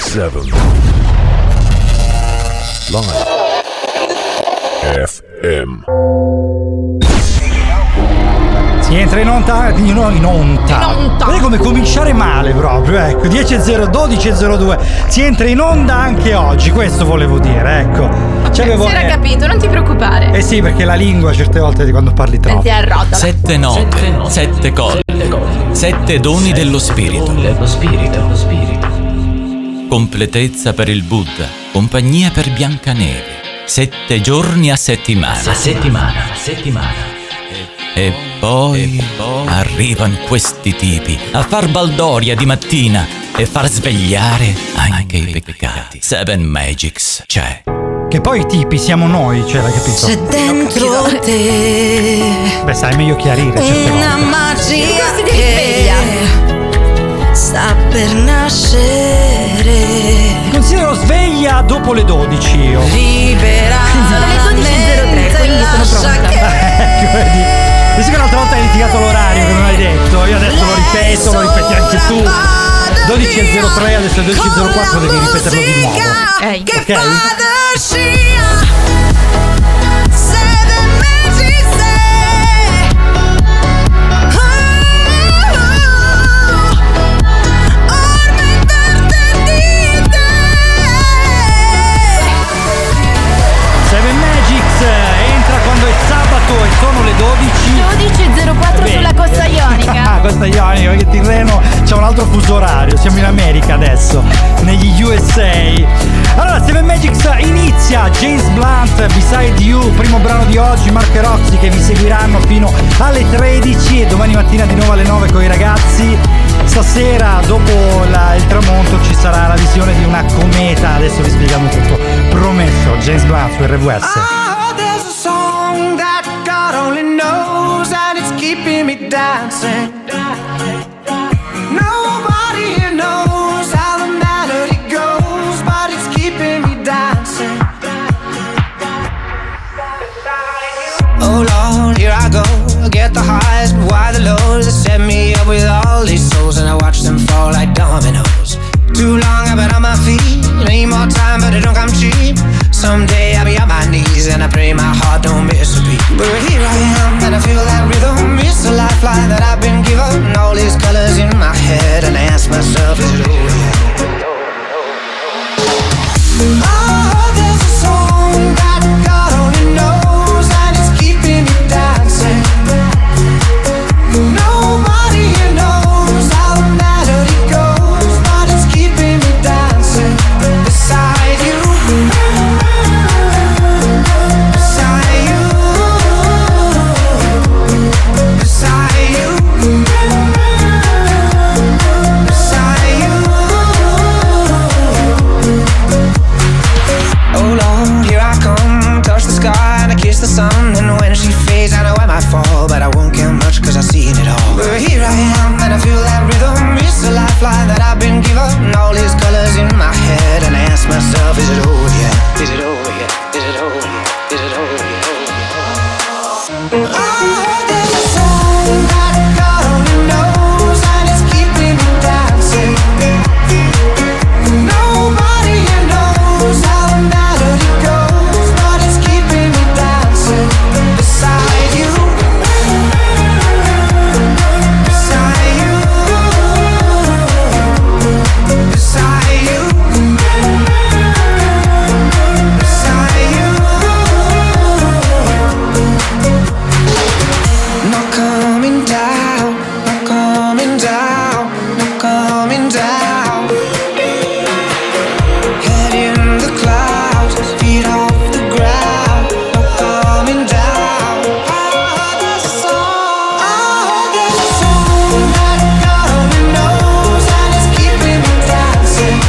7 Live FM. Si entra in onda. Vedi come cominciare male proprio, ecco. 10.0, 12.02. Si entra in onda anche oggi, questo volevo dire, ecco. Si era capito, non ti preoccupare. Eh sì, perché la lingua certe volte quando parli troppo. Si arrotola. 7 note, 7 cose, 7 doni dello spirito. Completezza per il Buddha, compagnia per Biancaneve. 7 giorni a settimana. E poi arrivano questi tipi a far baldoria di mattina e far svegliare anche i peccati. 7 Magics c'è. Che poi i tipi siamo noi, cioè, l'hai capito? C'è dentro te. Beh, sai, è meglio chiarire certe una volte. magia che sta per nascere. Ti considero sveglia dopo le 12 io. Libera. Sono le 12.03, quindi sono pronta. Ecco, vedi. Visto che l'altra volta hai litigato l'orario che non hai detto, io adesso lo ripeto, lo ripeti anche tu. 12.03, adesso è 12.04, devi ripeterlo di nuovo. Che Ok? Quando è sabato e sono le 12.04 sulla costa ionica. Costa ionica, perché Tirreno c'è un altro fuso orario. Siamo in America adesso, negli USA. Allora, 7 Magics inizia. James Blunt, Beside You, primo brano di oggi. Mark e Roxy che vi seguiranno fino alle 13 e domani mattina di nuovo alle 9 con i ragazzi. Stasera dopo il tramonto ci sarà la visione di una cometa. Adesso vi spieghiamo tutto, promesso. James Blunt su RWS. Keeping me dancing. Nobody here knows how the melody goes, but it's keeping me dancing. Oh Lord, here I go. I get the highs, but why the lows? They set me up with all these souls, and I watch them fall like dominoes. Too long I've been on my feet. Need more time, but it don't come cheap. Someday I'll be on my knees, and I pray my heart don't miss a beat. But here I am, and I feel that rhythm. It's a lifeline that I've been given. All these colors in my head, and I ask myself, is it over yet? Oh, there's a song that God only knows, and it's keeping me dancing. Nobody here knows how the melody goes, but it's keeping me dancing beside you. The sun, and when she fades I know I might fall, but I won't get much cause I've seen it all. But here I am, and I feel that rhythm. It's a lifeline that I've been given. All these colors in my head, and I ask myself, is it over yet? Is it over yet? Is it over yet? Is it over yet? Oh, there's a song that God only knows, and it's keeping me dancing. Nobody here knows how the melody goes, but it's keeping me dancing beside you, beside you, beside you, beside you. Not coming down, not coming down, not coming down. Head in the clouds, feet off the ground, not coming down. Oh, there's a song that God only knows, and it's keeping me dancing.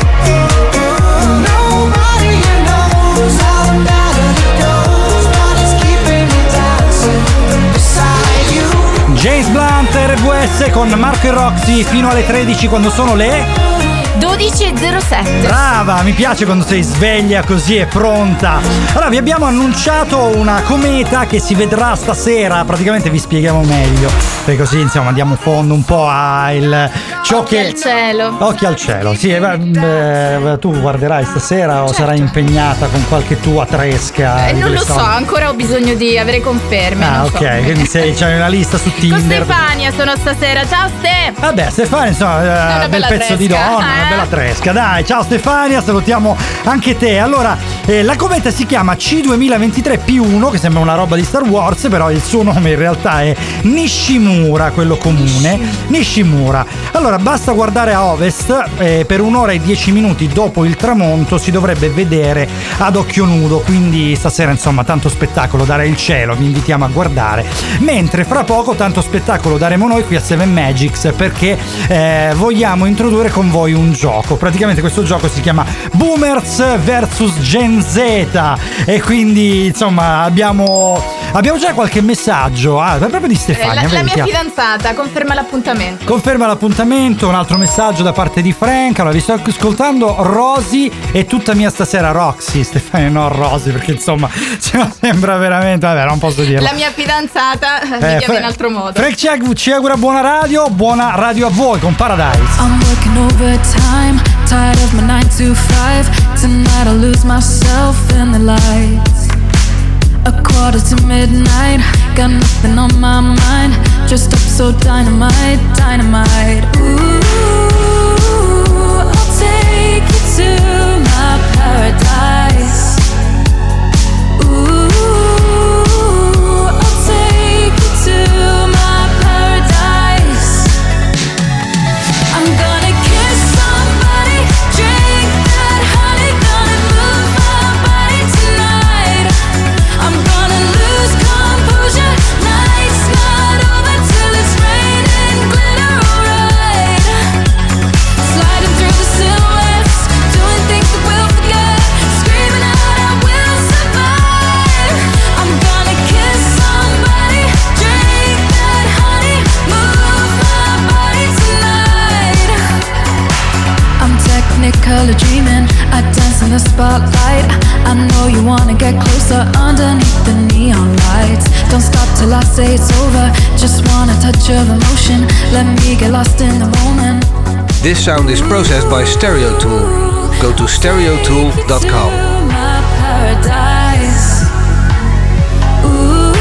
Nobody here knows how the melody goes, but it's keeping me dancing beside you. James Blunt, RWS con Marco e Roxy fino alle 13 quando sono le 12.07. Brava, mi piace quando sei sveglia così e pronta. Allora, vi abbiamo annunciato una cometa che si vedrà stasera, praticamente vi spieghiamo meglio, perché così insomma andiamo a fondo un po' al ciò Occhi che... al cielo. Occhi al cielo, sì. Tu guarderai stasera o certo. sarai impegnata con qualche tua tresca? Non lo so, ancora ho bisogno di avere conferme. Ah, ok, so. quindi c'hai una lista su Tinder. Con Stefania sono stasera, ciao Ste. Vabbè, Stefania, insomma, bel pezzo tresca, di donna, una bella tresca. Dai, ciao Stefania, salutiamo anche te. Allora, la cometa si chiama C2023P1, che sembra una roba di Star Wars, però il suo nome in realtà è Nishimura, quello comune. Nishimura. Allora, basta guardare a ovest, per 1 ora e 10 minuti dopo il tramonto si dovrebbe vedere ad occhio nudo, quindi stasera insomma tanto spettacolo darà il cielo, vi invitiamo a guardare. Mentre fra poco tanto spettacolo daremo noi qui a 7 Magics, perché vogliamo introdurre con voi un gioco. Praticamente questo gioco si chiama Boomers vs Gen Z e quindi insomma abbiamo già qualche messaggio proprio di Stefania. La mia fidanzata conferma l'appuntamento. Conferma l'appuntamento, un altro messaggio da parte di Frank. Allora, vi sto ascoltando, Rosy e tutta mia stasera Roxy. Stefania, no Rosy, perché insomma sembra veramente, vabbè, non posso dirlo. La mia fidanzata mi chiama in altro modo. Frank ci augura buona radio a voi con Paradise. I'm working overtime, tired of my 9 to 5. Tonight I'll lose myself in the lights. 1:45, got nothing on my mind. Dressed up so dynamite, dynamite. Ooh, I'll take you to my paradise. Ooh, I'll take you to my paradise. I'm gonna kiss somebody, drink that honey, gonna move my body tonight. I'm gonna lose composure, night's not over till it's raining glitter, alright. Sliding through the silhouettes, doing things that we'll forget, screaming out I will survive. I'm gonna kiss somebody, drink that honey, move my body tonight. I'm technically dreaming, I dance in the spotlight. I know you wanna get closer underneath the neon lights. Don't stop till I say it's over, just want a touch of emotion. Let me get lost in the moment. This sound is processed by Stereo Tool. Go to stereotool.com. To my paradise. Ooh,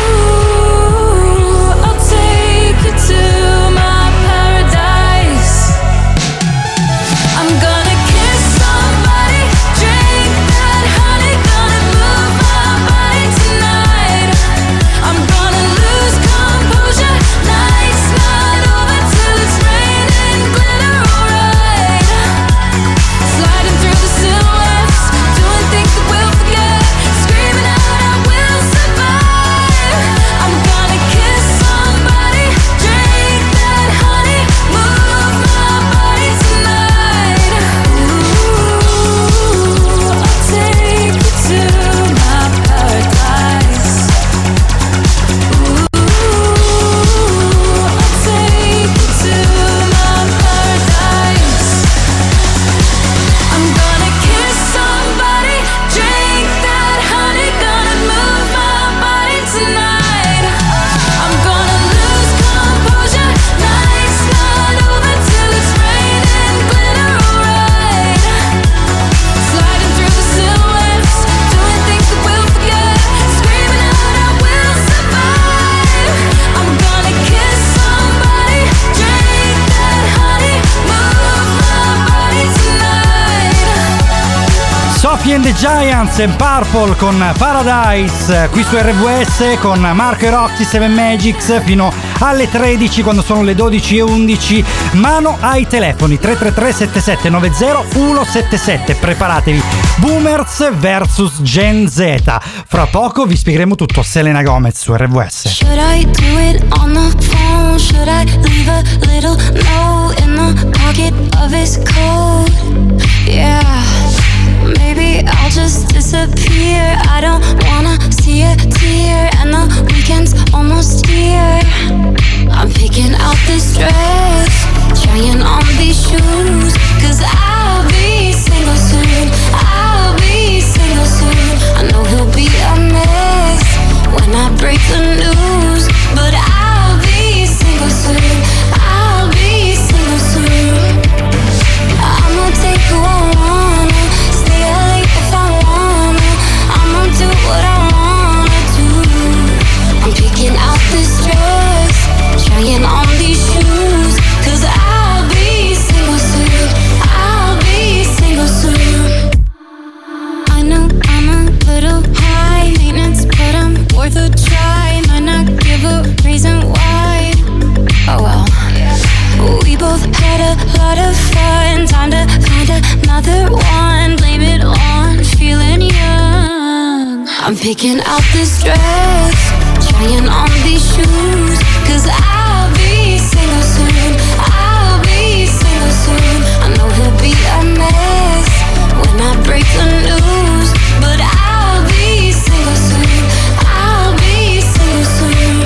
I'll take you to my paradise. I'm gonna kiss somebody, drink that honey, gonna move my body tonight. I'm gonna lose composure, night's not over till it's raining glitter, alright. Sliding through the silhouettes, doing things that we'll forget, screaming out I will survive. I'm gonna kiss somebody, drink that honey, move my body tonight. Ooh, I'll take you to my paradise. Ooh, I'll take you to my paradise. I'm gonna kiss somebody, drink that honey, gonna move my body tonight. I'm gonna lose composure, night's not over till it's raining glitter, alright. Sliding through the silhouettes, doing things that we'll forget, screaming out I will survive. I'm gonna kiss somebody, drink that honey, move my body tonight. Sophie and the Giants and Purple con Paradise qui su RWS con Marco e Roxy 7 Magics fino alle 13, quando sono le 12:11. Mano ai telefoni 333 7790 177. Preparatevi, Boomers vs Gen Z. Fra poco vi spiegheremo tutto. Selena Gomez su RWS. Should I do it on the phone? Should I leave a little note in the pocket of his coat? Yeah, maybe I'll just disappear. I don't wanna see a tear, and the weekend's almost here. I'm picking out this dress, trying on these shoes, 'cause I'll be single soon. I'll be single soon. I know he'll be a mess when I break the news, but I'll be single soon. I'll be single soon. lot of fun. Time to find another one. Blame it on feeling young. I'm picking out this dress, trying on these shoes, 'cause I'll be single soon. I'll be single soon. I know he'll be a mess when I break the news, but I'll be single soon. I'll be single soon.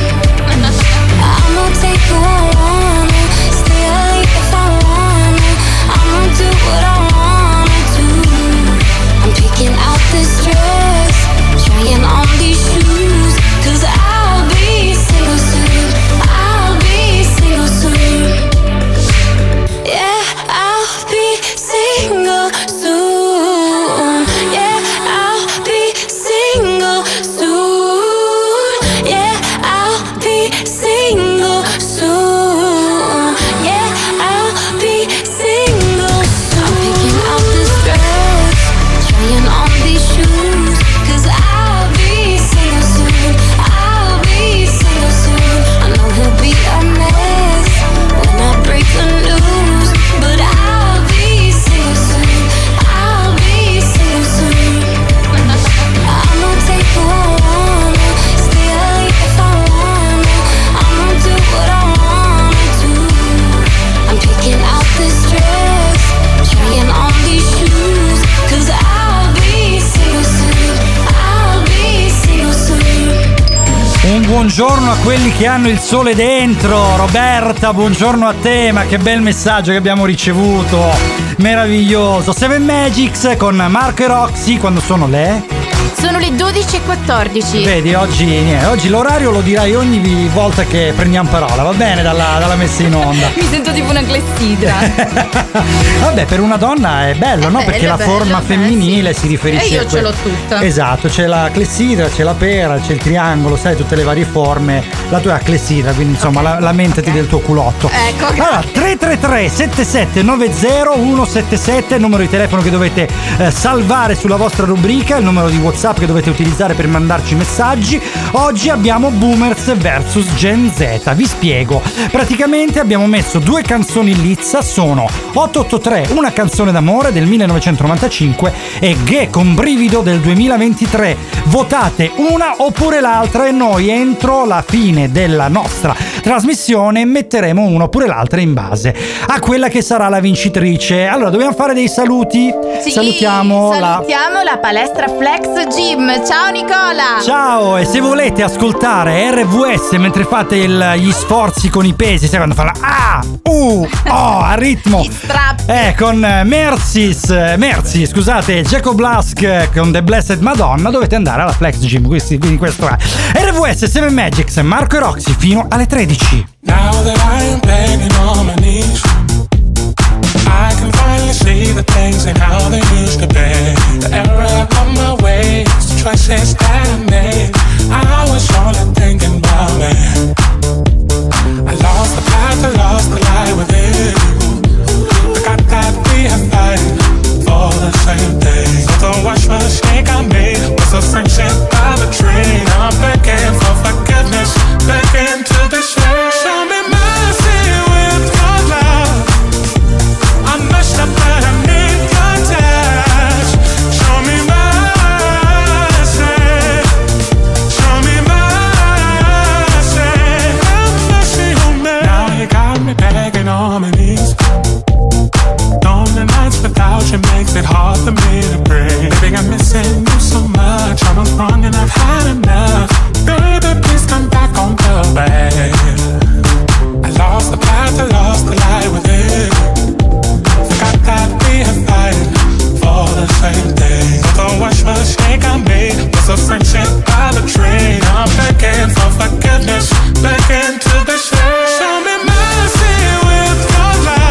I'ma take who I wanna, stay late if I wanna. I'ma do what I wanna do. I'm picking out this dress, trying on these shoes, 'cause I'll be single soon. I'll be single soon. Yeah, I'll be single soon. Yeah, I'll be single soon. Yeah, I'll be single soon. Yeah, I'll be single soon. I'm picking out this dress, trying on these shoes, 'cause I'll be single soon. I'll be single soon. I know he'll be a mess when I break the news, but I'll be single soon. I'll be single soon. I'ma take who I wanna, stay late if I wanna. I'ma do what I wanna do. I'm picking out this dress, trying on these shoes, 'cause I'll be single soon. I'll be single soon. Un buongiorno a quelli che hanno il sole dentro. Roberta, buongiorno a te, ma che bel messaggio che abbiamo ricevuto, meraviglioso. Seven Magics con Marco e Roxy, quando sono le? Sono le 12:14. Vedi, oggi l'orario lo dirai ogni volta che prendiamo parola, va bene, dalla messa in onda. Mi sento tipo una clessidra. Vabbè, per una donna è bello, no? Perché la forma femminile si riferisce e io a ce l'ho tutta. Esatto, c'è la clessidra, c'è la pera, c'è il triangolo, sai, tutte le varie forme. La tua è la clessidra, quindi insomma lamentati del tuo culotto. Ecco. Allora, 333 7790 177, il numero di telefono che dovete salvare sulla vostra rubrica, il numero di WhatsApp che dovete utilizzare per mandarci messaggi. Oggi abbiamo Boomers vs Gen Z. Vi spiego. Praticamente abbiamo messo due canzoni in lizza, sono 883, una canzone d'amore del 1995 e Ghe con brivido del 2023. Votate una oppure l'altra e noi entro la fine della nostra trasmissione metteremo una oppure l'altra in base a quella che sarà la vincitrice. Allora, dobbiamo fare dei saluti. Sì, salutiamo la palestra Flex Gym. Ciao Nicola. Ciao, e se volete ascoltare RVS mentre fate gli sforzi con i pesi, sai quando fanno a ritmo, con Mercy, scusate, Jacob Blask con The Blessed Madonna, dovete andare alla Flex Gym. Quindi questo è RVS 7 Magics, Marco e Roxy fino alle 13. Now that I am begging on my knees, I can finally see the things and how they used to be. The error of my ways, the choices that I made. I was only thinking about me. I lost the path, I lost the light within. Forgot that we had fighting for the same thing. So the wash mistake I made was a friendship by the train. I'm begging for forgiveness, begging to this way. Show me mercy with your love. I messed up but I need your touch. Show me mercy. Show me mercy. Have mercy on me. Now you got me begging on my knees. Lonely nights without you makes it hard for me to breathe. Baby, I'm missing you so much. I'm wrong and I've had enough. Baby, please come back on the way. I lost the path, I lost the light within. Forgot that we are fighting for the same thing. The worst mistake I made was a friendship by the train. I'm begging for forgiveness, begging to the shade. Show me mercy with your life.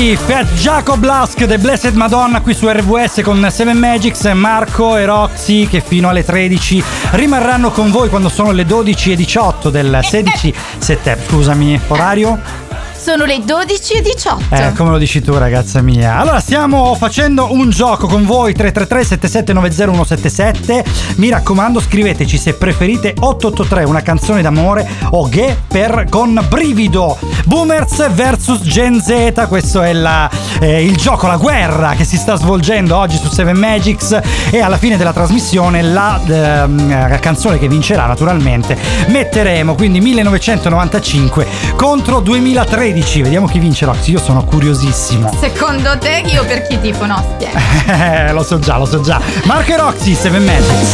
Roxy, Fat Jacob Lusk, The Blessed Madonna qui su RWS con 7 Magics, Marco e Roxy che fino alle 13 rimarranno con voi quando sono le 12:18 del 16 settembre. Scusami, orario? Sono le 12:18. Come lo dici tu, ragazza mia. Allora, stiamo facendo un gioco con voi. 333-7790-177. Mi raccomando, scriveteci se preferite 883, una canzone d'amore, o Ghe con brivido. Boomers vs Gen Z. Questo è il gioco, la guerra che si sta svolgendo oggi su 7 Magics. E alla fine della trasmissione la canzone che vincerà, naturalmente, metteremo quindi 1995 contro 2013. Vediamo chi vince, Roxy. Io sono curiosissimo. Secondo te io per chi tifo? No, lo so già. Marco e Roxy, 7 Magics.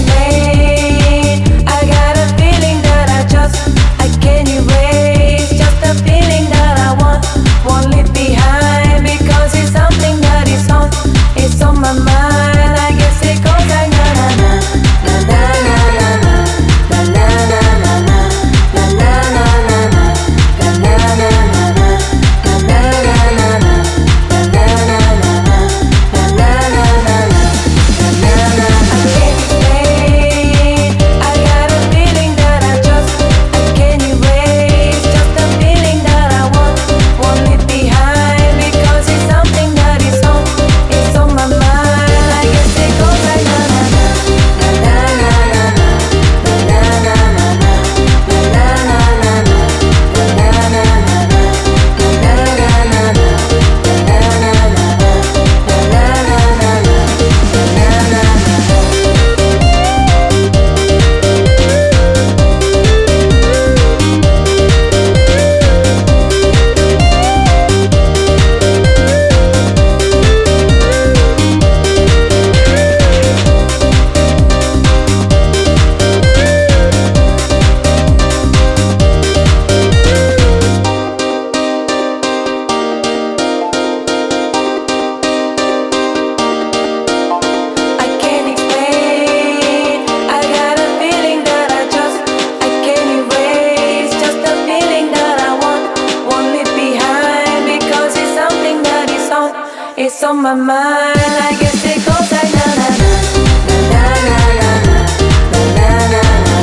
On my mind, I guess it goes like na na na na na na na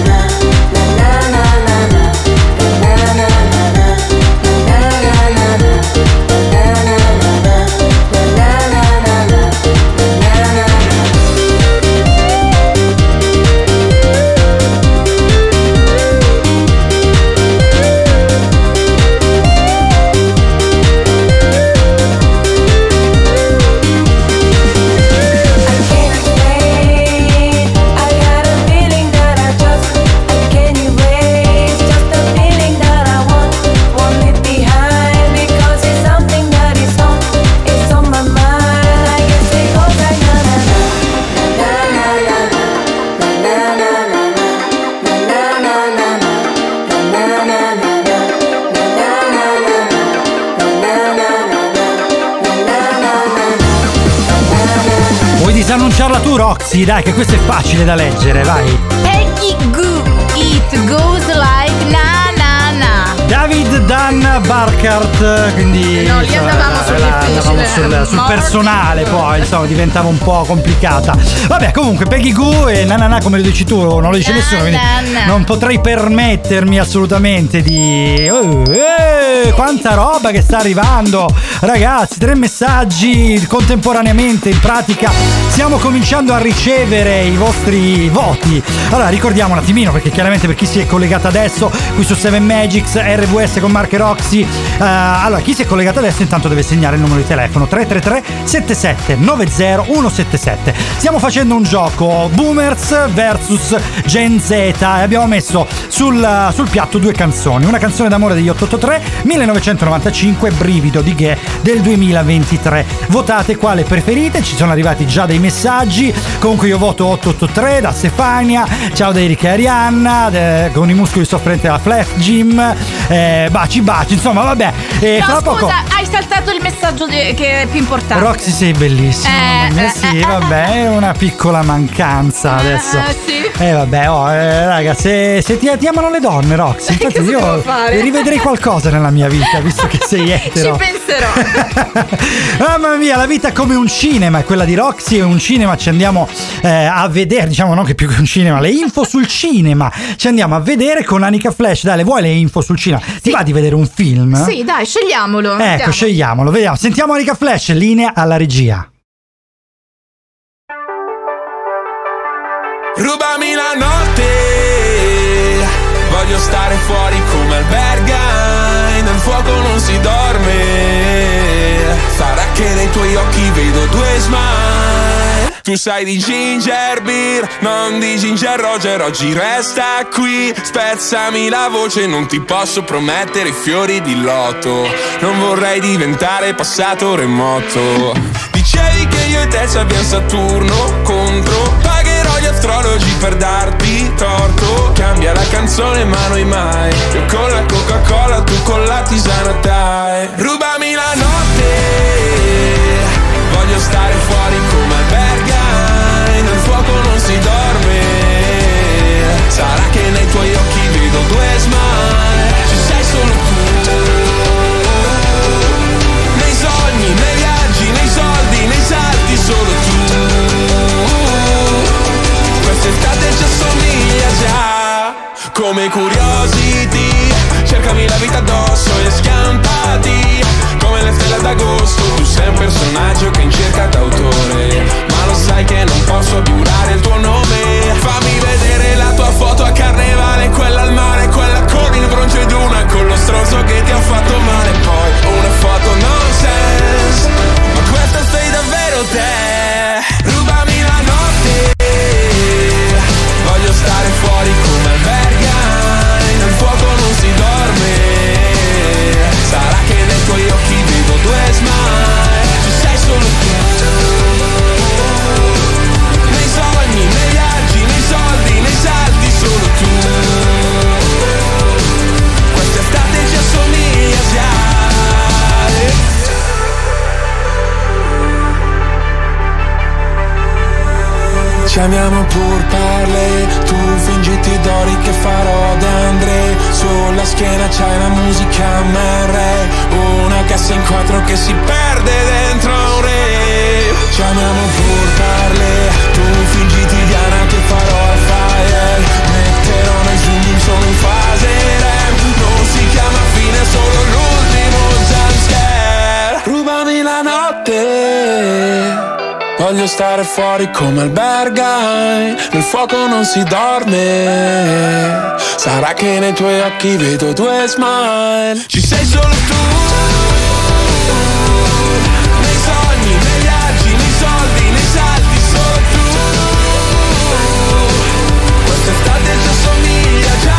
Annunciarla tu, Roxy, dai, che questo è facile da leggere, vai. Peggy Goo, it goes like na na na. David Dan Barkart, quindi no, lì andavamo sul personale, poi insomma diventava un po' complicata. Vabbè, comunque Peggy Goo e na na na, come lo dici tu, non lo dice nessuno, quindi non potrei permettermi assolutamente di quanta roba che sta arrivando, ragazzi, 3 messaggi contemporaneamente. In pratica stiamo cominciando a ricevere i vostri voti. Allora ricordiamo un attimino, perché chiaramente per chi si è collegato adesso qui su 7 Magics RWS con Marco e Roxy, allora chi si è collegato adesso intanto deve segnare il numero di telefono 333-7790-177. Stiamo facendo un gioco Boomers vs Gen Z e abbiamo messo sul piatto 2 canzoni, una canzone d'amore degli 883, 1995, Brivido di Ghe del 2023. Votate quale preferite, ci sono arrivati già dei messaggi. Comunque io voto 883 da Stefania, ciao da Erika e Arianna, con i muscoli soffrenti della Flash Gym, baci, insomma vabbè. No, fra scusa, poco... hai saltato il messaggio che è più importante. Roxy, sei bellissima. Sì, vabbè, è una piccola mancanza adesso. Sì. Vabbè, raga, se ti amano le donne, Roxy, infatti io rivedrei qualcosa nella mia vita, visto che sei etero. Ci penserò. Mamma mia, la vita è come un cinema, e quella di Roxy è un cinema. Ci andiamo a vedere, diciamo, non che più che un cinema, le info sul cinema ci andiamo a vedere con Anika Flash. Dai, le vuoi le info sul cinema? Ti va di vedere un film? Sì, dai, scegliamolo. Ecco, Andiamo. scegliamolo, vediamo. Sentiamo Anika Flash, linea alla regia. Rubami la notte, voglio stare fuori come al Berghain, nel fuoco non si dorme, sarà che nei tuoi occhi vedo due smile. Tu sai di ginger beer, non di ginger Roger, oggi resta qui, spezzami la voce, non ti posso promettere i fiori di loto, non vorrei diventare passato remoto. Dicevi che io e te ci abbiamo Saturno contro, pagherò gli astrologi per darti torto. Cambia la canzone ma noi mai, io con la Coca-Cola, tu con la tisana Thai. Rubami la notte, voglio stare fuori come al Berghain, nel fuoco non si dorme, sarà che nei tuoi occhi vedo due smile, ci sei solo tu, nei sogni, nei viaggi, nei soldi, nei salti solo tu, quest'estate ci assomiglia già, come Curiosity, cercami la vita addosso e scampati, come le stelle d'agosto, tu sei un personaggio che in cerca d'autore, ma lo sai che non posso giurare il tuo nome, fammi vedere la tua foto a carnevale, quella al mare, quella con il bronzo ed una con lo stronzo che ti ha fatto male, poi una foto nonsense, ma questa sei davvero te, rubami la notte, voglio stare fuori come al Berghain, nel fuoco non si dorme, sarà che nei tuoi occhi vedo due smile, ci sei solo tu, nei sogni, nei viaggi, nei soldi, nei salti solo tu, quest'estate ci assomiglia già. Ci amiamo pur parle, tu fingiti d'ori che farò d'Andre, sulla schiena c'hai la musica MR, una cassa in quattro che si perde dentro un re. Ci amiamo pur parle, tu fingiti Diana che farò al fire, metterò nel zoom solo in fase REM, non si chiama fine, è solo l'ultimo jumpscare. Rubami la notte, voglio stare fuori come al Berghain, nel fuoco non si dorme, sarà che nei tuoi occhi vedo due smile, ci sei solo tu, nei sogni, nei viaggi, nei soldi, nei salti solo tu, quest'estate ci assomiglia già.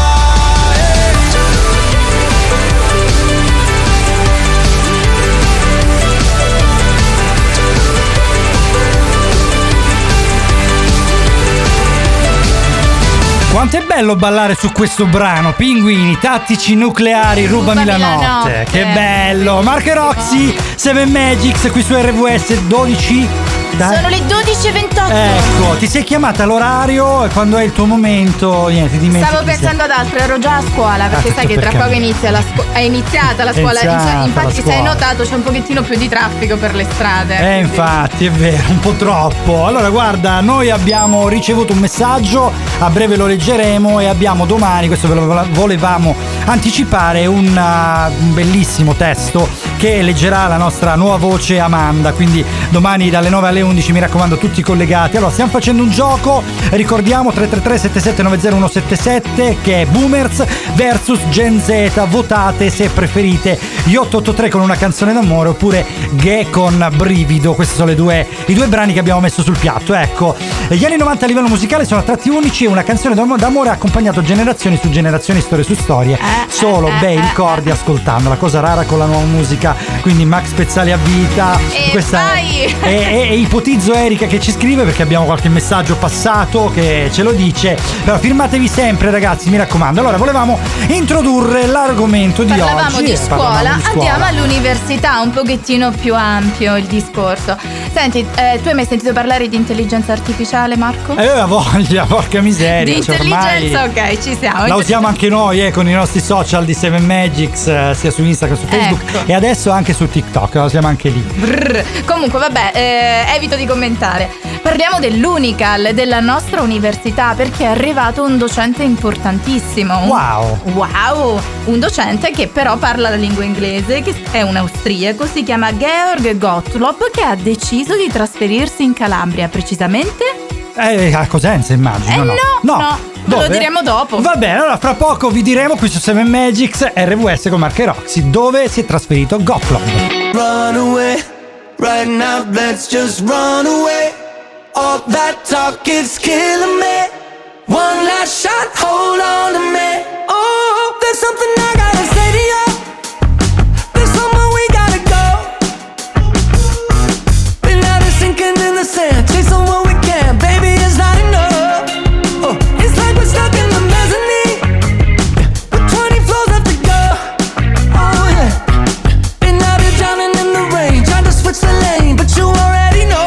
Quanto è bello ballare su questo brano. Pinguini, tattici nucleari, rubami la notte. Che bello. Marco e Roxy, Seven Magics qui su RVS 12. Dai. Sono le 12:28. Ecco, ti sei chiamata all'orario e quando è il tuo momento, niente, ti dimentichi. Stavo pensando ad altro, ero già a scuola, perché sai che tra poco inizia è iniziata la scuola. Infatti, se hai notato, c'è un pochettino più di traffico per le strade. Infatti, è vero, un po' troppo. Allora, guarda, noi abbiamo ricevuto un messaggio, a breve lo leggeremo, e abbiamo domani, questo ve lo volevamo anticipare, un bellissimo testo che leggerà la nostra nuova voce Amanda, quindi domani dalle 9 alle 11, mi raccomando, tutti collegati. Allora, stiamo facendo un gioco, ricordiamo 333-7790177, che è Boomers versus Gen Z. Votate se preferite gli 883 con una canzone d'amore oppure Gay con Brivido. Questi sono i due brani che abbiamo messo sul piatto. Ecco, gli anni 90 a livello musicale sono a tratti unici, e una canzone d'amore ha accompagnato generazioni su generazioni, storie su storie, solo bei ricordi ascoltando. La cosa rara con la nuova musica, quindi Max Pezzali a vita, E questa vai! e i ipotizzo Erika che ci scrive, perché abbiamo qualche messaggio passato che ce lo dice. Però firmatevi sempre, ragazzi, mi raccomando. Allora, volevamo introdurre l'argomento di Parlavamo oggi. di scuola, andiamo all'università, un pochettino più ampio il discorso. Senti, tu hai mai sentito parlare di intelligenza artificiale, Marco? Aveva voglia, porca miseria. Di intelligenza, ok, ci siamo. La usiamo anche noi con i nostri social di 7 Magics, sia su Instagram che su Facebook, e adesso anche su TikTok, la usiamo anche lì. Comunque vabbè, evito di commentare. Parliamo dell'Unical della nostra università, perché è arrivato un docente importantissimo. Wow, un docente che però parla la lingua inglese, che è un austriaco, si chiama Georg Gottlob, che ha deciso di trasferirsi in Calabria, precisamente a Cosenza, immagino. No, lo diremo dopo. Va bene, allora fra poco vi diremo qui su 7 Magics RVS con Marco e Roxy dove si è trasferito Gottlob. Run away, right now let's just run away. All that talk is killing me. One last shot, hold on to me. Oh, there's something I gotta say to you. There's somewhere we gotta go. Been out of sinking in the sand, chasing what we can. Baby, it's not enough. Oh, it's like we're stuck in the mezzanine with 20 floors left to go. Oh yeah. Been out here drowning in the rain, trying to switch the lane, but you already know.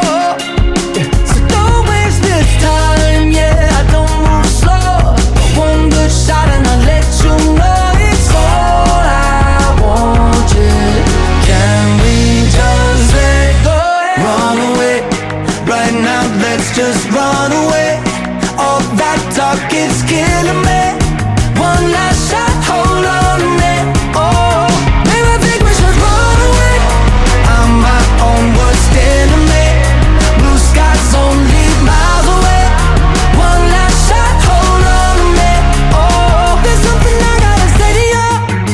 So don't waste this time, yeah. I don't move slow. One good shot and I'll let you know it's all I want, yeah. Can we just let go? Run away, right now let's just run away. All that talk is killing me. One last shot, hold on to me. Oh, maybe I think we should run away. I'm my own worst enemy. Blue skies only miles away. One last shot, hold on to me. Oh, there's something I gotta say to you.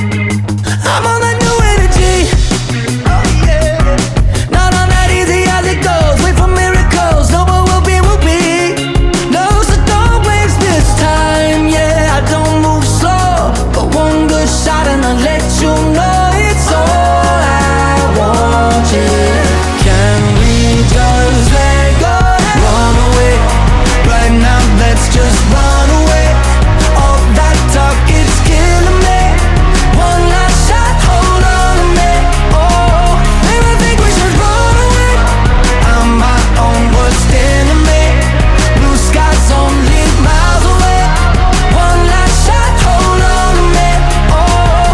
I'm on that new energy. Oh yeah. Not on that easy as it goes. Wait for miracles. No, what will be, will be. No, so don't waste this time. Yeah, I don't move slow, but one good shot and I'll let you know it's all I want. Yeah. Can we just let go? Run away, right now let's just run away. All that talk is killing me. One last shot, hold on to me. Oh, maybe I think we should run away. I'm my own worst enemy. Blue skies only miles away. One last shot, hold on to me. Oh.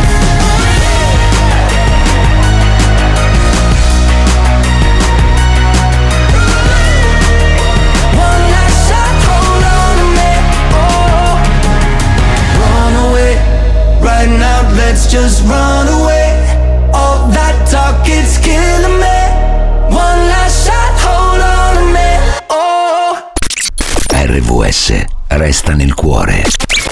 One last shot, hold on to me. Oh. Run away, right now let's just run away. All that talk is killing me. One last shot, hold on to me. Oh. RVS resta nel cuore.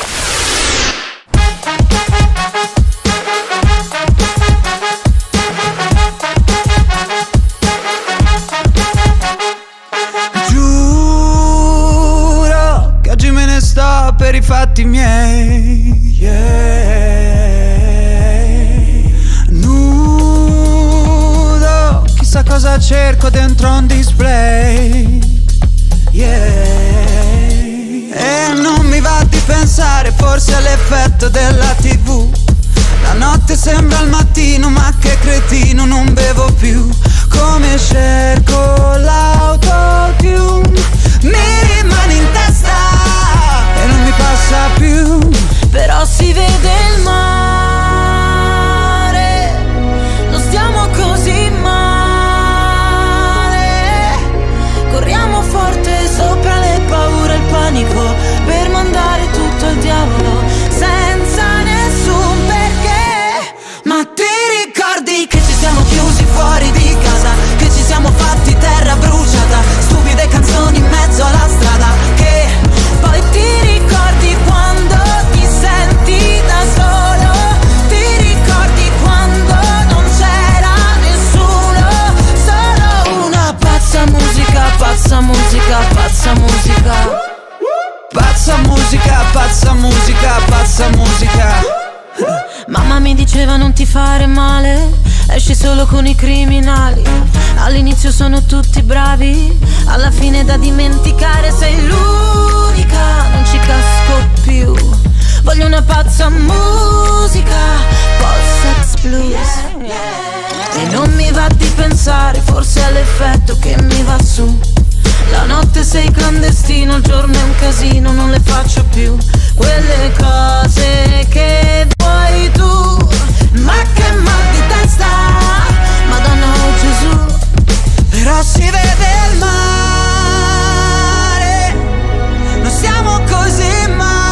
Giuro che oggi me ne sto per i fatti miei, yeah. Nudo, chissà cosa cerco dentro un display, yeah. E non mi va di pensare forse all'effetto della TV. La notte sembra il mattino, ma che cretino, non bevo più. Come cerco l'autotune, mi rimane in testa e non mi passa più. Però si vede il mare, non stiamo così male. Corriamo forte sopra le paure e il panico, per mandare tutto al diavolo senza nessun perché. Ma ti ricordi che ci siamo chiusi fuori di casa, che ci siamo fatti terra bruciata, stupide canzoni in mezzo alla strada, che poi ti ricordi quando ti senti da solo, ti ricordi quando non c'era nessuno, solo una pazza musica, pazza musica, pazza musica. Pazza musica, pazza musica, pazza musica. Mamma mi diceva non ti fare male, esci solo con i criminali. All'inizio sono tutti bravi, alla fine da dimenticare. Sei l'unica, non ci casco più. Voglio una pazza musica, post-sex blues. E non mi va di pensare, forse è l'effetto che mi va su. La notte sei clandestino, il giorno è un casino, non le faccio più quelle cose che vuoi tu. Ma che mal di testa, Madonna oh Gesù. Però si vede il mare, non siamo così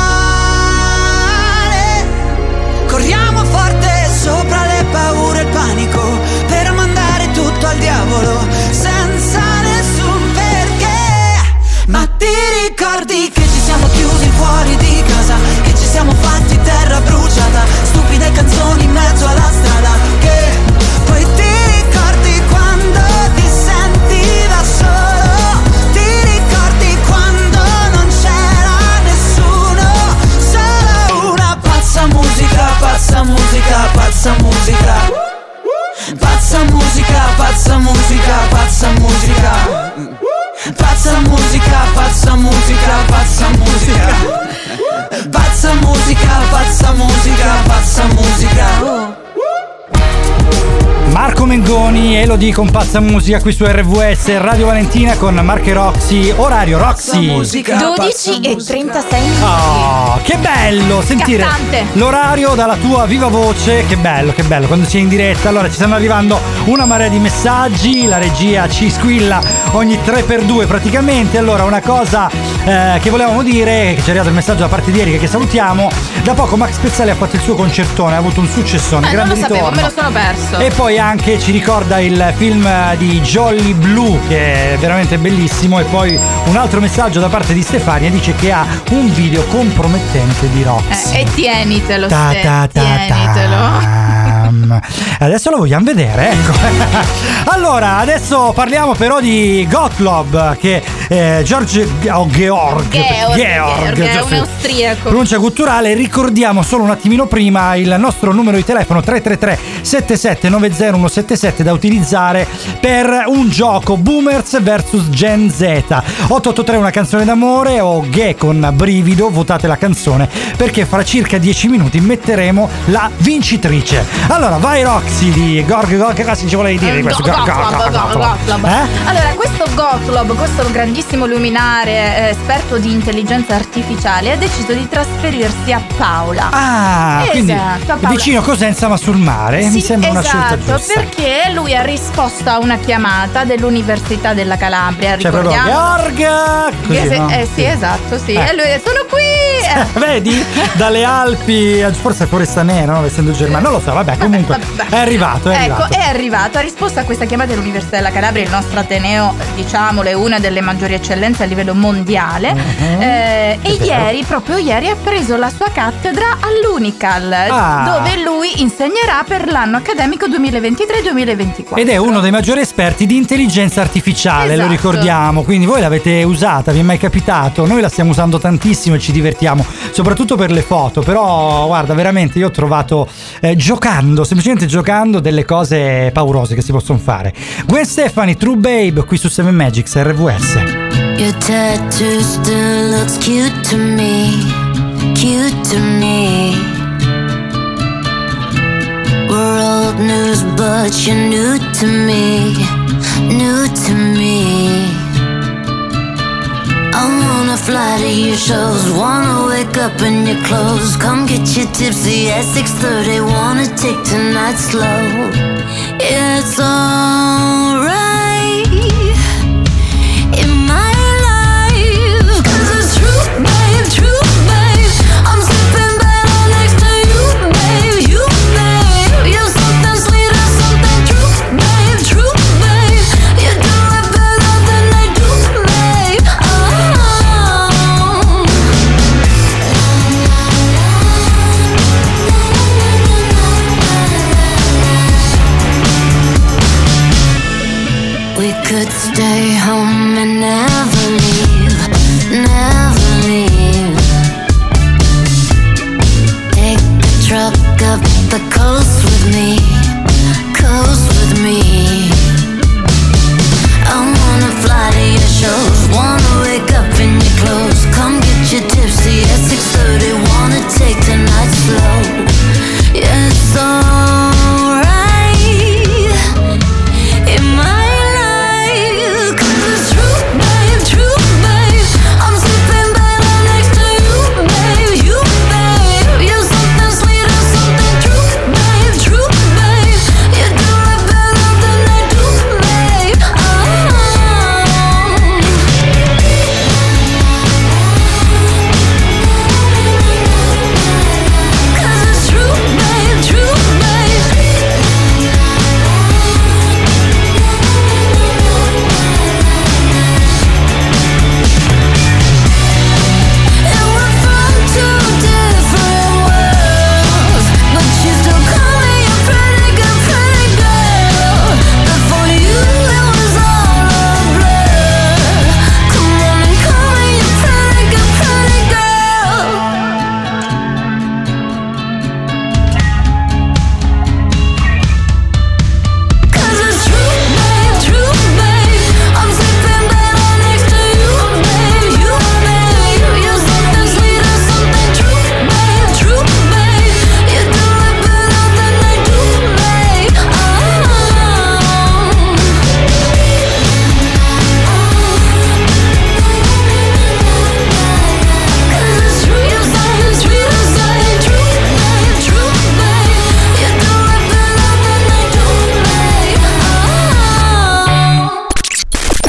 male. Corriamo forte sopra le paure e il panico, per mandare tutto al diavolo senza nessun perché. Ma ti ricordi che ci siamo chiusi fuori di casa, che ci siamo fatti terra bruciata, stupide canzoni in mezzo alla strada, che poi ti ricordi quando ti senti da solo, ti ricordi quando non c'era nessuno, solo una pazza musica, pazza musica, pazza musica, pazza musica, pazza musica, pazza musica, pazza musica, pazza musica, pazza musica, pazza musica, pazza musica, pazza musica. Marco Mengoni, Elodie con Pazza Musica qui su RVS Radio Valentina con Marco e Roxy. Orario Roxy 12:36. Oh, che bello sentire Scattante. l'orario dalla tua viva voce. Che bello quando sei in diretta. Allora ci stanno arrivando una marea di messaggi, la regia ci squilla ogni 3x2 praticamente. Allora una cosa che volevamo dire, che ci è arrivato il messaggio da parte di Erika che salutiamo. Da poco Max Pezzali ha fatto il suo concertone, ha avuto un successone, grande non lo sapevo, ritorno. me lo sono perso. E poi anche ci ricorda il film di Jolly Blue che è veramente bellissimo. E poi un altro messaggio da parte di Stefania, dice che ha un video compromettente di Roxy. E tienitelo, tienitelo. Adesso lo vogliamo vedere, ecco. Allora, adesso parliamo però di Gottlob, che Georg è un austriaco. Pronuncia gutturale. Ricordiamo solo un attimino prima il nostro numero di telefono 333 7790 177 da utilizzare per un gioco Boomers vs Gen Z. 883 una canzone d'amore o Ghe con brivido, votate la canzone perché fra circa 10 minuti metteremo la vincitrice. Allora vai Roxy di Gorg, che cosa ci volevi dire di questo Gottlob? Allora questo Gottlob, questo grandissimo luminare esperto di intelligenza artificiale, ha deciso di trasferirsi a Paola. Quindi esatto, a Paola. vicino Cosenza ma sul mare. Sì, mi sembra una scelta esatto, giusta. perché lui ha risposto a una chiamata dell'Università della Calabria. Cioè proprio Georg così, no? Sì, esatto, sì. E lui è sono qui. Vedi? Dalle Alpi, forse è Foresta Nera, no? Essendo germano, non lo so, vabbè, comunque è arrivato. Ecco, è arrivato, ha risposto a questa chiamata dell'Università della Calabria, il nostro Ateneo, diciamolo, è una delle maggiori eccellenze a livello mondiale. Proprio ieri ha preso la sua cattedra all'Unical, dove lui insegnerà per l'anno accademico 2023-2024. Ed è uno dei maggiori esperti di intelligenza artificiale, esatto. Lo ricordiamo, quindi voi l'avete usata, vi è mai capitato? Noi la stiamo usando tantissimo e ci divertiamo, soprattutto per le foto, però guarda, veramente io ho trovato semplicemente giocando delle cose paurose che si possono fare. Gwen Stefani, True Babe, qui su 7 Magics RVS. Your tattoo still looks cute to me, cute to me. We're old news but you're new to me, new to me. I wanna fly to your shows, wanna wake up in your clothes. Come get you tipsy at 6:30, wanna take tonight slow. It's alright in my life, 'cause it's true, babe, true, babe. I'm sleeping better next to you, babe, you, babe. You're something sweet or something true, babe, true, babe. You do it better than I do, babe. We could stay home and never leave, never leave. Take the truck up the coast with me, coast with me.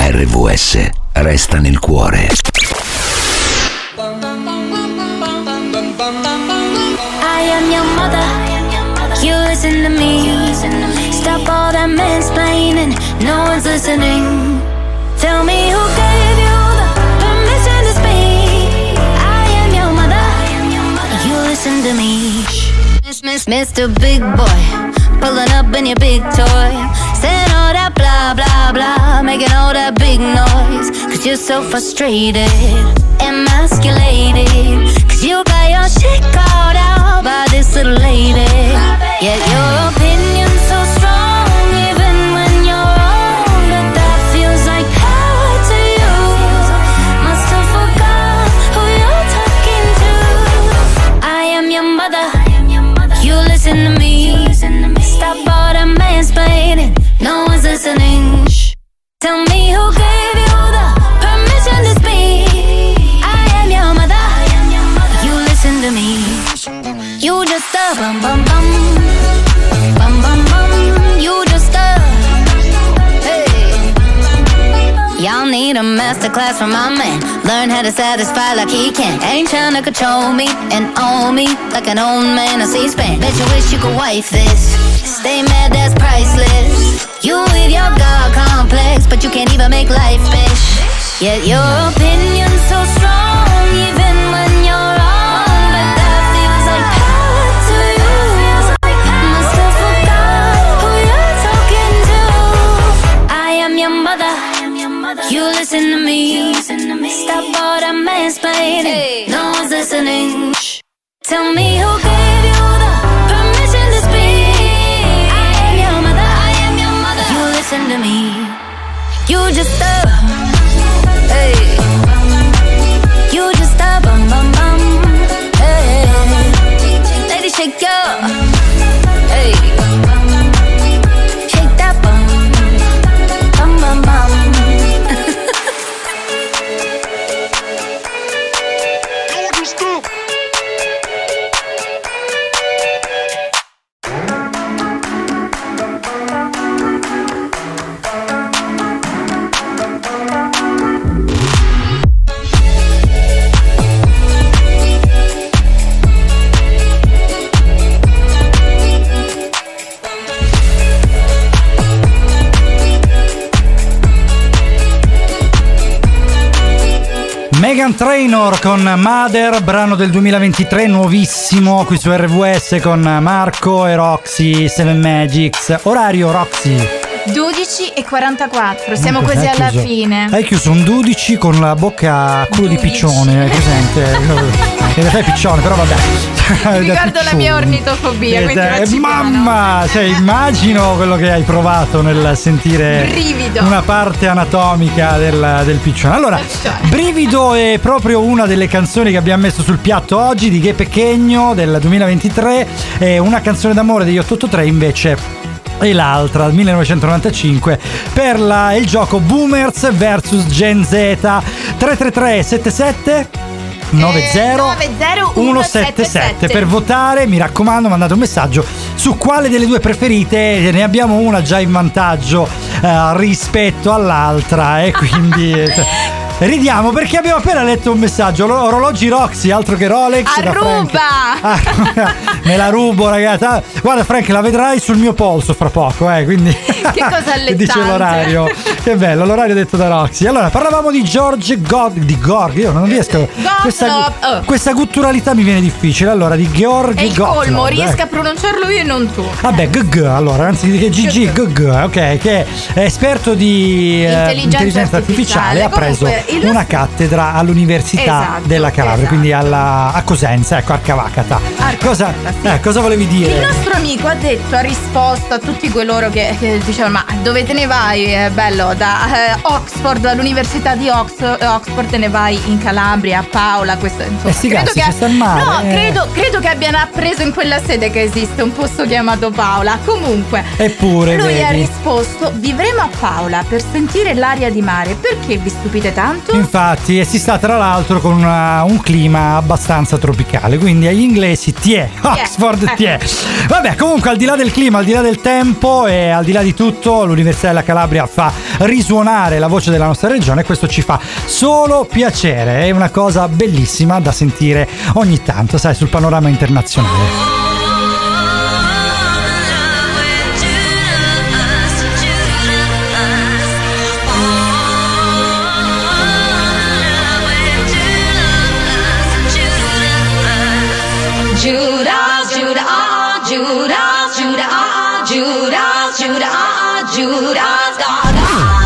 RVS resta nel cuore. I am your mother. You listen to me. Stop all that mansplaining. No one's listening. Tell me who gave you the permission to speak. I am your mother. You listen to me. Mr. Big Boy, pulling up in your big toy, saying all that blah blah blah, making all that big noise. Cause you're so frustrated, emasculated. Cause you got your shit called out by this little lady. Yet your opinion's so strong, even when you're wrong. But that feels like power to you. Must have forgot who you're talking to. I am your mother. You listen to me. Stop all the mansplaining. No one's listening. Tell me who gave you the permission to speak. I am your mother. You listen to me. You just a bum bum bum. Bum bum bum. You just a hey. Y'all need a masterclass from my man. Learn how to satisfy like he can. Ain't tryna control me and own me like an old man on C-SPAN. Bet you wish you could wife this. Stay mad, that's priceless. You with your God complex, but you can't even make life, bitch. Yet your opinion's so strong, even when you're wrong. But that feels like power to you. Must have forgot who you're talking to. I am your mother. You listen to me. Stop all that mansplaining. No one's listening. Tell me who gave you the permission to speak. I am your mother. You listen to me. You just hey. You just bum bum bum. Hey. Lady, shake your hey. Shake that bum bum bum bum. Meghan Trainor con Mother, brano del 2023, nuovissimo qui su RVS con Marco e Roxy, Seven Magics. Orario, Roxy? 12:44, siamo quasi alla fine. Hai chiuso un 12 con la bocca a culo di piccione, hai presente? In realtà è piccione, però vabbè. Ricordo la mia ornitofobia, mamma, cioè, immagino quello che hai provato nel sentire brivido. Una parte anatomica del piccione. Allora, Brivido è proprio una delle canzoni che abbiamo messo sul piatto oggi di Che Pechegno del 2023, è una canzone d'amore degli 883 invece. E l'altra, 1995, per il gioco Boomers vs Gen Z. 333 77 90177 per votare. Mi raccomando, mandate un messaggio su quale delle due preferite. Ne abbiamo una già in vantaggio rispetto all'altra, e quindi ridiamo perché abbiamo appena letto un messaggio. Orologi Roxy, altro che Rolex. Me la rubo, ragazzi. Guarda Frank, la vedrai sul mio polso fra poco, quindi che cosa allettante. Dice l'orario. Che bello, l'orario detto da Roxy. Allora, parlavamo di George Gorg. Io non riesco. Questa gutturalità mi viene difficile. Allora, di Georg è il colmo, riesco a pronunciarlo io e non tu. Vabbè, allora, anzi che GG, ok, che è esperto di intelligenza artificiale, ha preso una cattedra all'Università della Calabria, quindi a Cosenza, ecco, Arcavacata. Cosa volevi dire? Il nostro amico ha risposto a tutti coloro che dicevano: ma dove te ne vai? Bello, da Oxford, dall'Università di Oxford te ne vai in Calabria, a Paola. Questo, insomma, credo che abbiano appreso in quella sede che esiste un posto chiamato Paola. Comunque, eppure lui ha risposto: vivremo a Paola per sentire l'aria di mare. Perché vi stupite tanto? quanto. Infatti, e si sta tra l'altro con un clima abbastanza tropicale, quindi agli inglesi Oxford ti è. Vabbè, comunque al di là del clima, al di là del tempo e al di là di tutto, l'Università della Calabria fa risuonare la voce della nostra regione e questo ci fa solo piacere, è una cosa bellissima da sentire ogni tanto, sai, sul panorama internazionale. Judas, Judas, Judas, Judas, Judas, Judas, Judas, Gaga.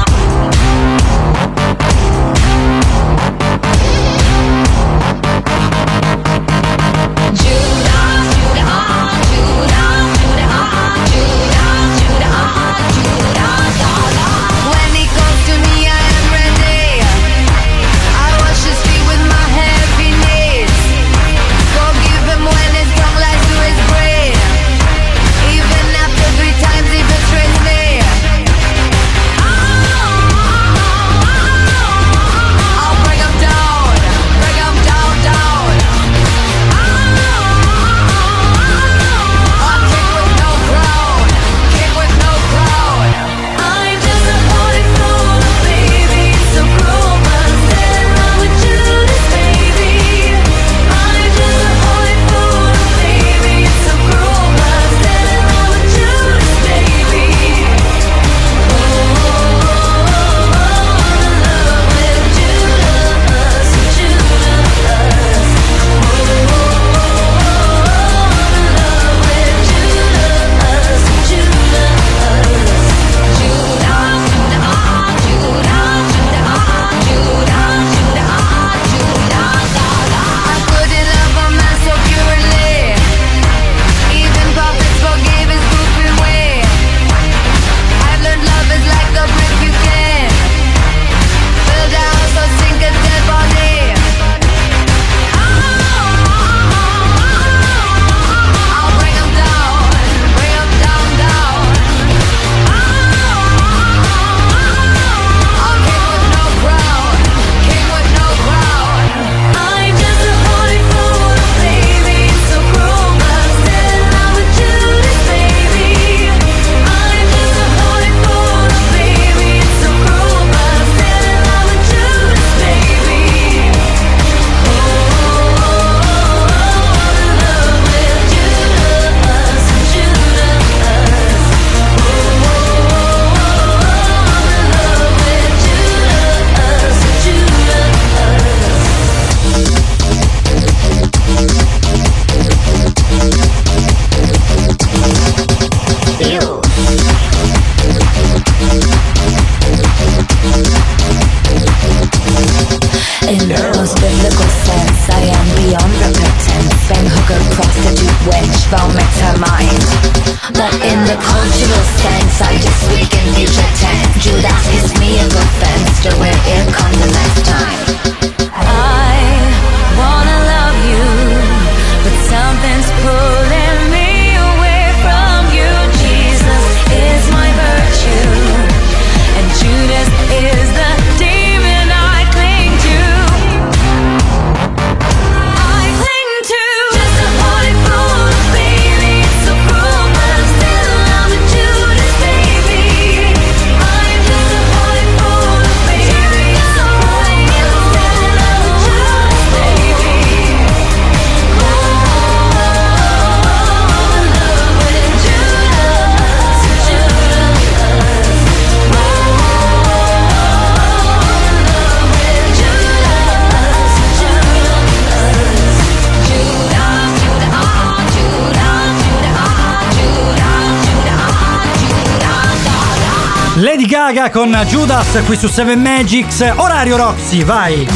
Lady Gaga con Judas qui su 7 Magics. Orario Roxy, vai.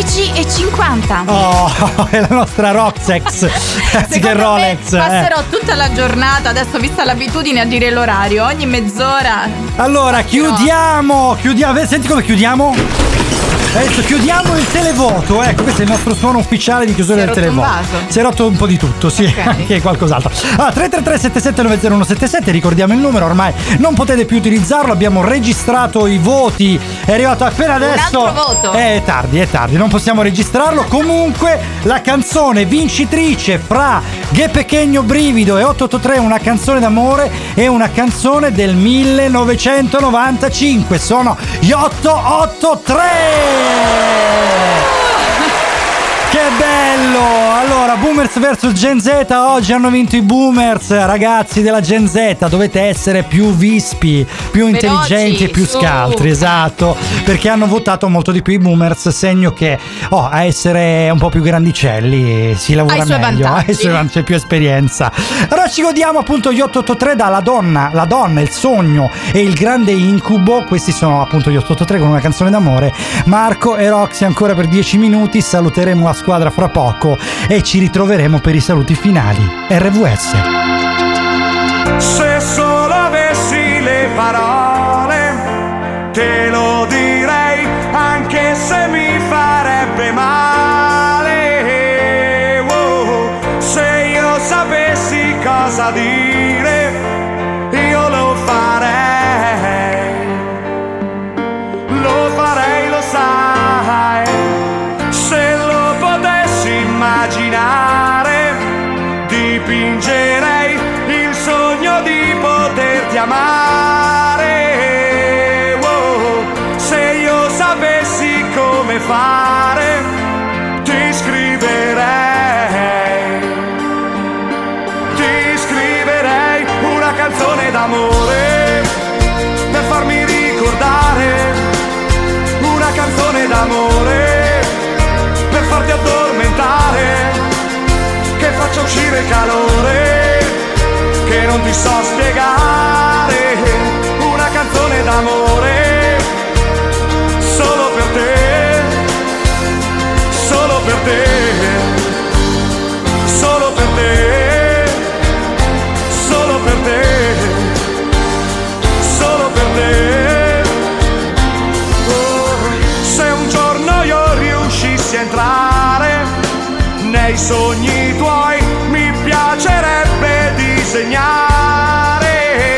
12:50. Oh, è la nostra Roxex. Anziché Rolex. Passerò tutta la giornata adesso, vista l'abitudine, a dire l'orario ogni mezz'ora. Allora, chiudiamo. Senti come chiudiamo? Adesso chiudiamo il televoto, ecco, questo è il nostro suono ufficiale di chiusura del televoto. Si è rotto un po' di tutto, sì, okay. Anche qualcos'altro. Allora, 333-7790-177, ricordiamo il numero, ormai non potete più utilizzarlo, abbiamo registrato i voti, è arrivato appena adesso. Un altro voto. È tardi, non possiamo registrarlo. Comunque, la canzone vincitrice fra Che Pequeño Brivido e 883, una canzone d'amore, è una canzone del 1995, sono gli 883. Che bello! Allora, Boomers vs Gen Z, oggi hanno vinto i Boomers. Ragazzi della Gen Z, dovete essere più vispi, più intelligenti e più scaltri, esatto, perché hanno votato molto di più i Boomers, segno che a essere un po' più grandicelli si lavora meglio, c'è più esperienza. Allora ci godiamo appunto gli 883 dalla donna, il sogno e il grande incubo. Questi sono appunto gli 883 con una canzone d'amore. Marco e Roxy ancora per 10 minuti, saluteremo la squadra fra poco e ci ritroveremo per i saluti finali. RVS. Se solo avessi le parole te lo direi, anche se mi farebbe male. Se io sapessi cosa dire io lo farei, lo sai. Se lo potessi immaginare, dipingerei il sogno di poterti amare. Se io sapessi come fare, ti scriverei una canzone d'amore per farmi ricordare, una canzone d'amore per farti addormentare, che faccia uscire calore, che non ti so spiegare, una canzone d'amore solo per te, solo per te, solo per te, solo per te, solo per te. Se un giorno io riuscissi a entrare nei sogni tuoi, mi piacerebbe disegnare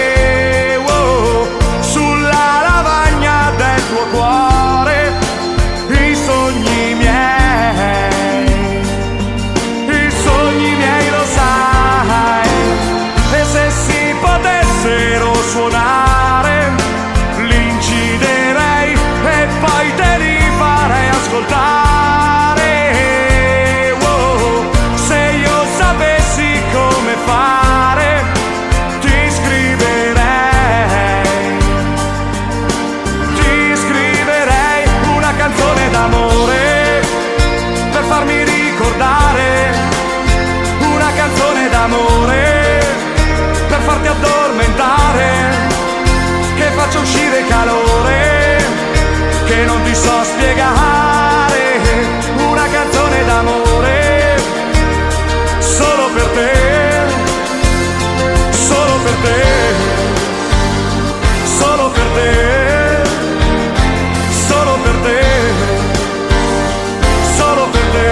sulla lavagna del tuo cuore i sogni miei, lo sai. E se si potessero suonare, li inciderei e poi te li farei ascoltare. Ti scriverei una canzone d'amore per farmi ricordare, una canzone d'amore per farti addormentare, che faccia uscire calore, che non ti so spiegare, una canzone d'amore solo per te, solo per te, solo per te, solo per te, solo per te.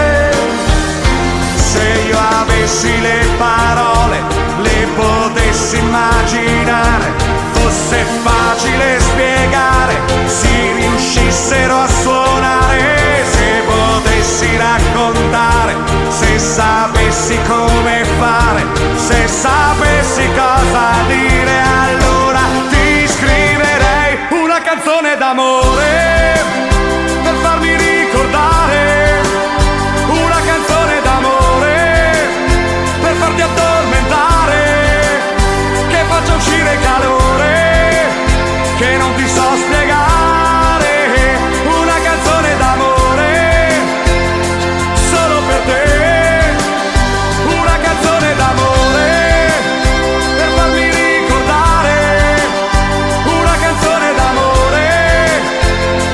Se io avessi le parole, le potessi immaginare, fosse facile spiegare, si riuscissero a suonare, se potessi raccontare, se sapessi come fare, se sapessi cosa dire, allora ti scriverei una canzone d'amore per farmi ricordare, una canzone d'amore per farti addormentare, che faccia uscire calore, che non ti so spiegare, una canzone d'amore solo per te, una canzone d'amore per farmi ricordare, una canzone d'amore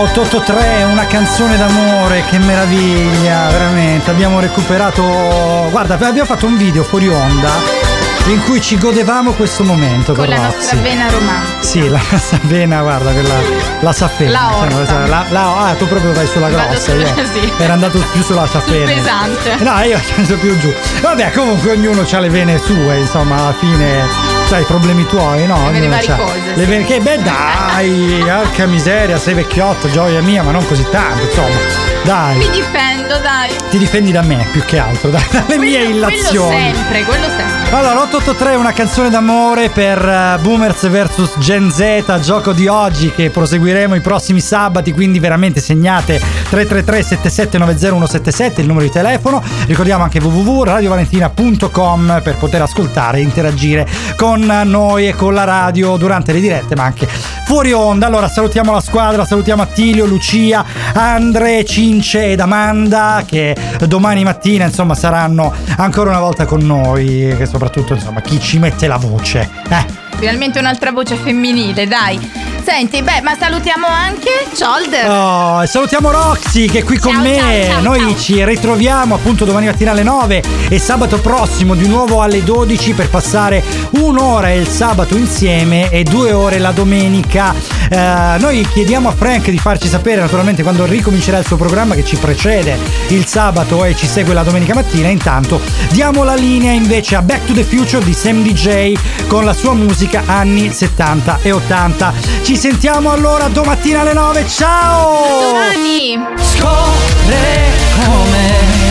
883, una canzone d'amore, che meraviglia, veramente. Abbiamo recuperato, guarda, abbiamo fatto un video fuori onda in cui ci godevamo questo momento con la nostra vena romantica. Sì, la nostra vena, guarda, quella, la Saffena. La orta. Tu proprio vai sulla grossa. Sì. Era andato più sulla Saffena. Pesante. No, io sono più giù. Vabbè, comunque ognuno ha le vene sue, insomma, alla fine. Sai, i problemi tuoi, no? Le varie cose. Le vene, che beh, dai, porca miseria, sei vecchiotto, gioia mia, ma non così tanto, insomma. Dai. Mi difendo, dai. Ti difendi da me più che altro, dalle mie illazioni. Quello sempre. Allora, 883, una canzone d'amore per Boomers vs Gen Z, gioco di oggi che proseguiremo i prossimi sabati, quindi veramente segnate 333 7790 177 il numero di telefono. Ricordiamo anche www.radiovalentina.com per poter ascoltare e interagire con noi e con la radio durante le dirette, ma anche fuori onda. Allora, salutiamo la squadra, salutiamo Attilio, Lucia, Andre, Cince ed Amanda, che domani mattina insomma saranno ancora una volta con noi, che soprattutto insomma chi ci mette la voce. Finalmente un'altra voce femminile, dai. Senti, ma salutiamo anche Shoulder. Oh, salutiamo Roxy che è qui con me. Noi ci ritroviamo appunto domani mattina alle 9 e sabato prossimo di nuovo alle 12 per passare un'ora il sabato insieme e 2 ore la domenica. Noi chiediamo a Frank di farci sapere naturalmente quando ricomincerà il suo programma, che ci precede il sabato e ci segue la domenica mattina. Intanto diamo la linea invece a Back to the Future di Sam DJ con la sua musica anni 70 e 80. Ci sentiamo allora domattina alle 9. Ciao! A domani! Scopre come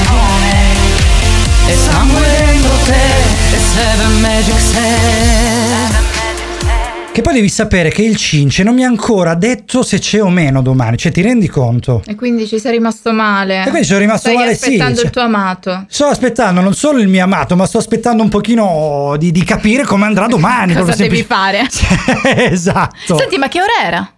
e sangue dentro te e Seven Magic Set. Che poi devi sapere che il Cince non mi ha ancora detto se c'è o meno domani, cioè ti rendi conto? E quindi ci sei rimasto male. E quindi sono rimasto male, sì. Stai aspettando il tuo amato. Sto aspettando non solo il mio amato, ma sto aspettando un pochino di capire come andrà domani. Cosa devi fare? Esatto. Senti, ma che ora era?